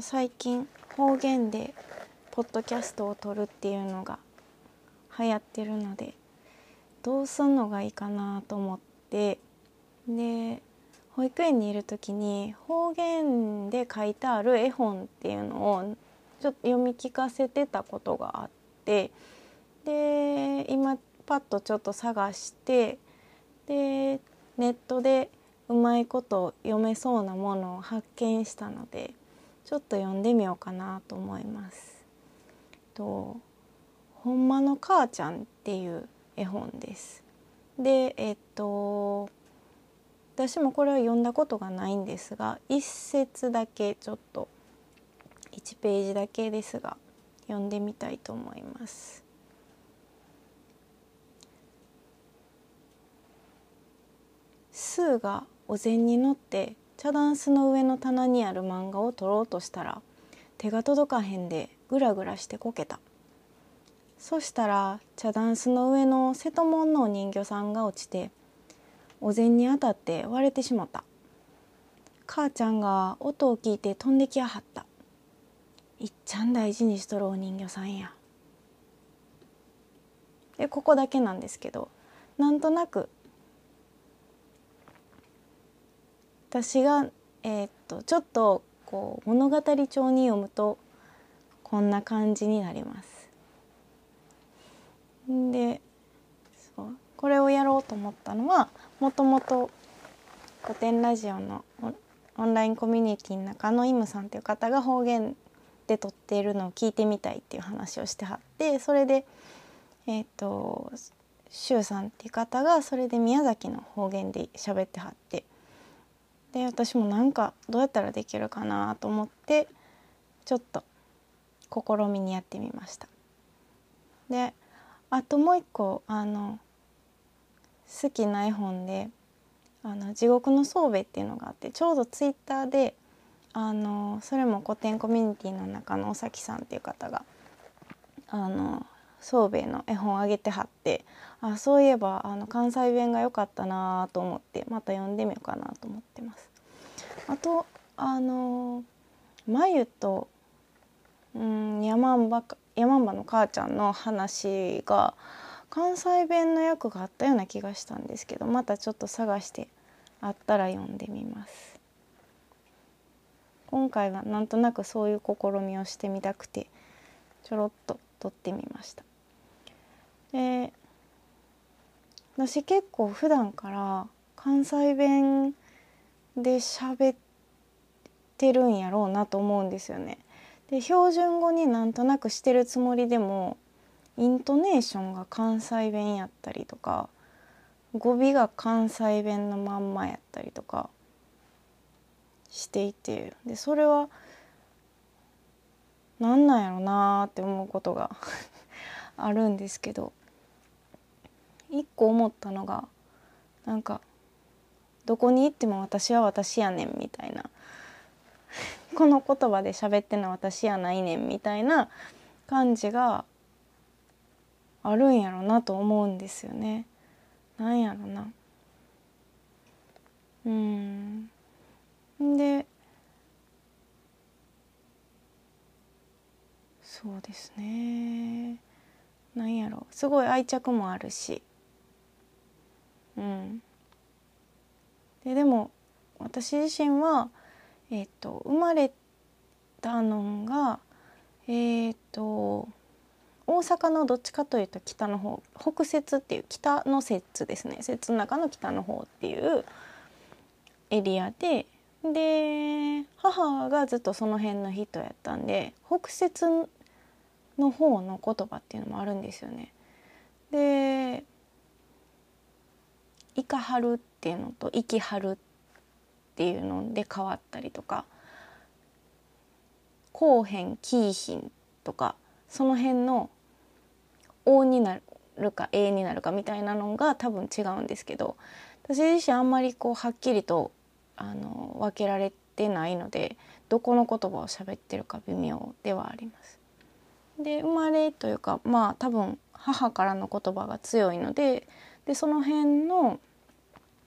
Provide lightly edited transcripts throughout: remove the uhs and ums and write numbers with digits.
最近方言でポッドキャストを撮るっていうのが流行ってるので、どうすんのがいいかなと思って、で保育園にいる時に方言で書いてある絵本っていうのをちょっと読み聞かせてたことがあって、で今パッとちょっと探して、でネットでうまいこと読めそうなものを発見したので、ちょっと読んでみようかなと思います。ほんまの母ちゃんっていう絵本です。で私もこれは読んだことがないんですが、一節だけちょっと1ページだけですが読んでみたいと思います。スーがお膳に乗って茶ダンスの上の棚にある漫画を取ろうとしたら、手が届かへんでグラグラしてこけた。そしたら茶ダンスの上の瀬戸物のお人形さんが落ちて、お膳に当たって割れてしまった。母ちゃんが音を聞いて飛んできやはった。いっちゃん大事にしとるお人形さんや。でここだけなんですけど、なんとなく私がちょっとこう物語調に読むとこんな感じになります。でこれをやろうと思ったのは、もともと古典ラジオのオンラインコミュニティの中のイムさんという方が方言で撮っているのを聞いてみたいっていう話をしてはって、それでシュウさんっていう方がそれで宮崎の方言で喋ってはって、で私もなんかどうやったらできるかなと思ってちょっと試みにやってみました。であともう一個好きな絵本で地獄の宗兵衛っていうのがあって、ちょうどツイッターでそれも古典コミュニティの中のおさきさんっていう方が宗兵衛の絵本をあげてはって、そういえば関西弁が良かったなと思って、また読んでみようかなと思ってます。あとまゆとヤマンバの母ちゃんの話が関西弁の役があったような気がしたんですけど、またちょっと探してあったら読んでみます。今回はなんとなくそういう試みをしてみたくてちょろっと撮ってみました。で私結構普段から関西弁で喋ってるんやろうなと思うんですよね。で標準語になんとなくしてるつもりでも、イントネーションが関西弁やったりとか、語尾が関西弁のまんまやったりとかしていて、でそれはなんなんやろなって思うことがあるんですけど、一個思ったのが、なんかどこに行っても私は私やねんみたいな、この言葉で喋ってんのは私やないねんみたいな感じがあるんやろなと思うんですよね。なんやろな。でそうですね、なんやろ、すごい愛着もあるし、でも私自身は生まれたのが大阪のどっちかというと北の方、北摂っていう北の摂ですね、摂の中の北の方っていうエリアで、母がずっとその辺の人やったんで、北摂の方の言葉っていうのもあるんですよね。でイカハルっていうのとイキハルっていうので変わったりとか、こうへんきいひんとか、その辺のおになるかえになるかみたいなのが多分違うんですけど、私自身あんまりこうはっきりと分けられてないので、どこの言葉を喋ってるか微妙ではあります。で生まれというか、まあ多分母からの言葉が強いので、その辺の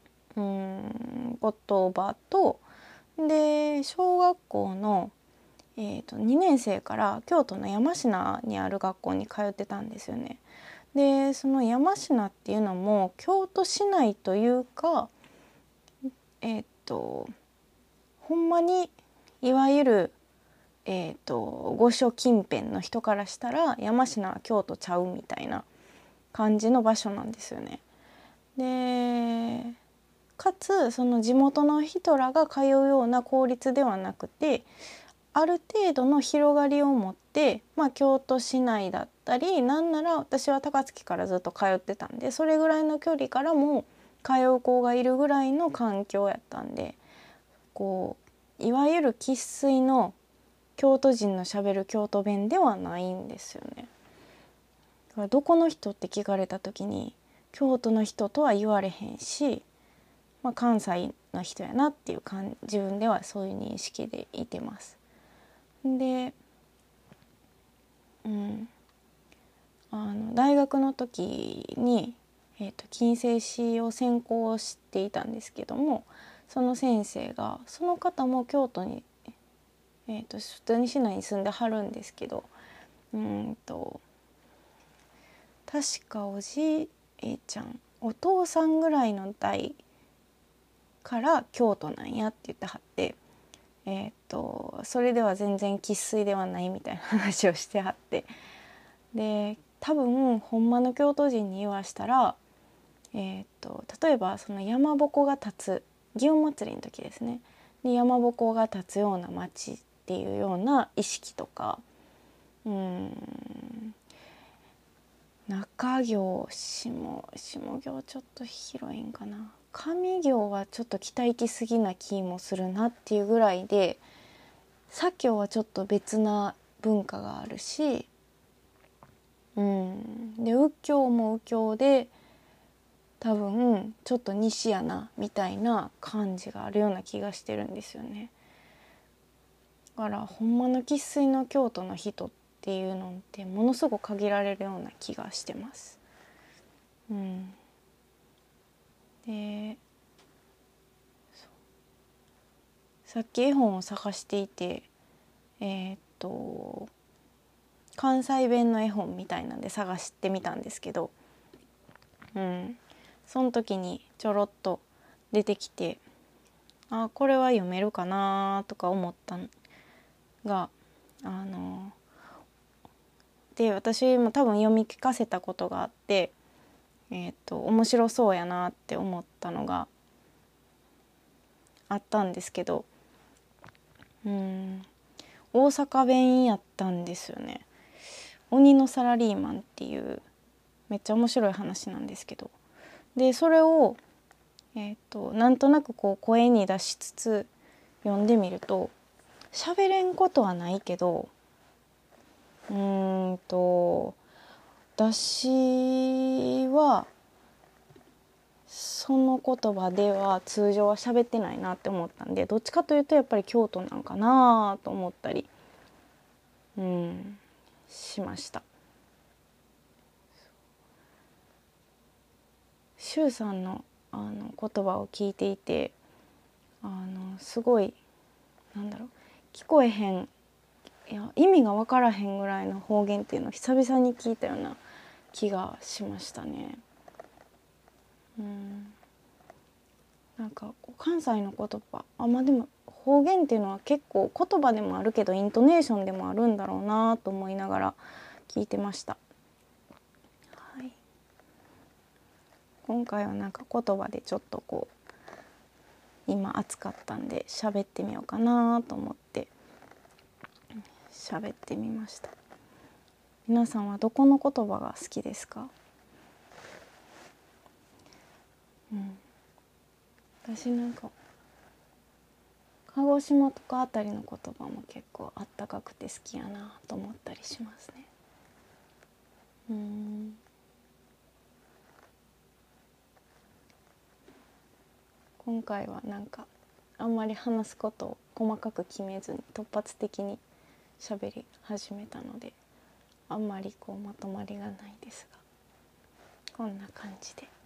言葉と、で小学校の 2年生から京都の山科にある学校に通ってたんですよね。でその山科っていうのも京都市内というかほんまにいわゆる御所近辺の人からしたら山科は京都ちゃうみたいな感じの場所なんですよね。でかつその地元の人らが通うような公立ではなくて、ある程度の広がりを持って、京都市内だったり、なんなら私は高槻からずっと通ってたんで、それぐらいの距離からも通う子がいるぐらいの環境やったんで、こういわゆる生粋の京都人のしゃべる京都弁ではないんですよね。だからどこの人って聞かれた時に京都の人とは言われへんし、関西の人やなっていう自分ではそういう認識でいてます。で、大学の時に、近世史を専攻していたんですけども、その先生がその方も京都に、普通に市内に住んではるんですけど、確かおじいちゃんお父さんぐらいの代から京都なんやって言ってはって、それでは全然生粋ではないみたいな話をしてはって、で多分ほんまの京都人に言わしたら、例えばその山鉾が立つ祇園祭の時ですね、で山鉾が立つような町っていうような意識とか、中行下行ちょっと広いんかな、上行はちょっと北行き過ぎな気もするなっていうぐらいで、左京はちょっと別な文化があるし、で右京も右京で多分ちょっと西やなみたいな感じがあるような気がしてるんですよね。だからほんまの生粋の京都の人っていうのってものすごく限られるような気がしてます。でさっき絵本を探していて、関西弁の絵本みたいなんで探してみたんですけど、その時にちょろっと出てきて、これは読めるかなとか思ったのが、で私も多分読み聞かせたことがあって、面白そうやなって思ったのがあったんですけど、大阪弁やったんですよね。鬼のサラリーマンっていうめっちゃ面白い話なんですけど、でそれを、なんとなくこう声に出しつつ読んでみると、喋れんことはないけど、私はその言葉では通常は喋ってないなって思ったんで、どっちかというとやっぱり京都なんかなと思ったり、しました。周さんの言葉を聞いていて、すごい聞こえへん、いや意味が分からへんぐらいの方言っていうのを久々に聞いたような気がしましたね。なんか関西の言葉、でも方言っていうのは結構言葉でもあるけどイントネーションでもあるんだろうなと思いながら聞いてました。今回はなんか言葉でちょっとこう今暑かったんで喋ってみようかなと思って喋ってみました。皆さんはどこの言葉が好きですか？私なんか鹿児島とかあたりの言葉も結構あったかくて好きやなと思ったりしますね。今回はなんかあんまり話すことを細かく決めずに突発的に喋り始めたので、あんまりこうまとまりがないですが、こんな感じで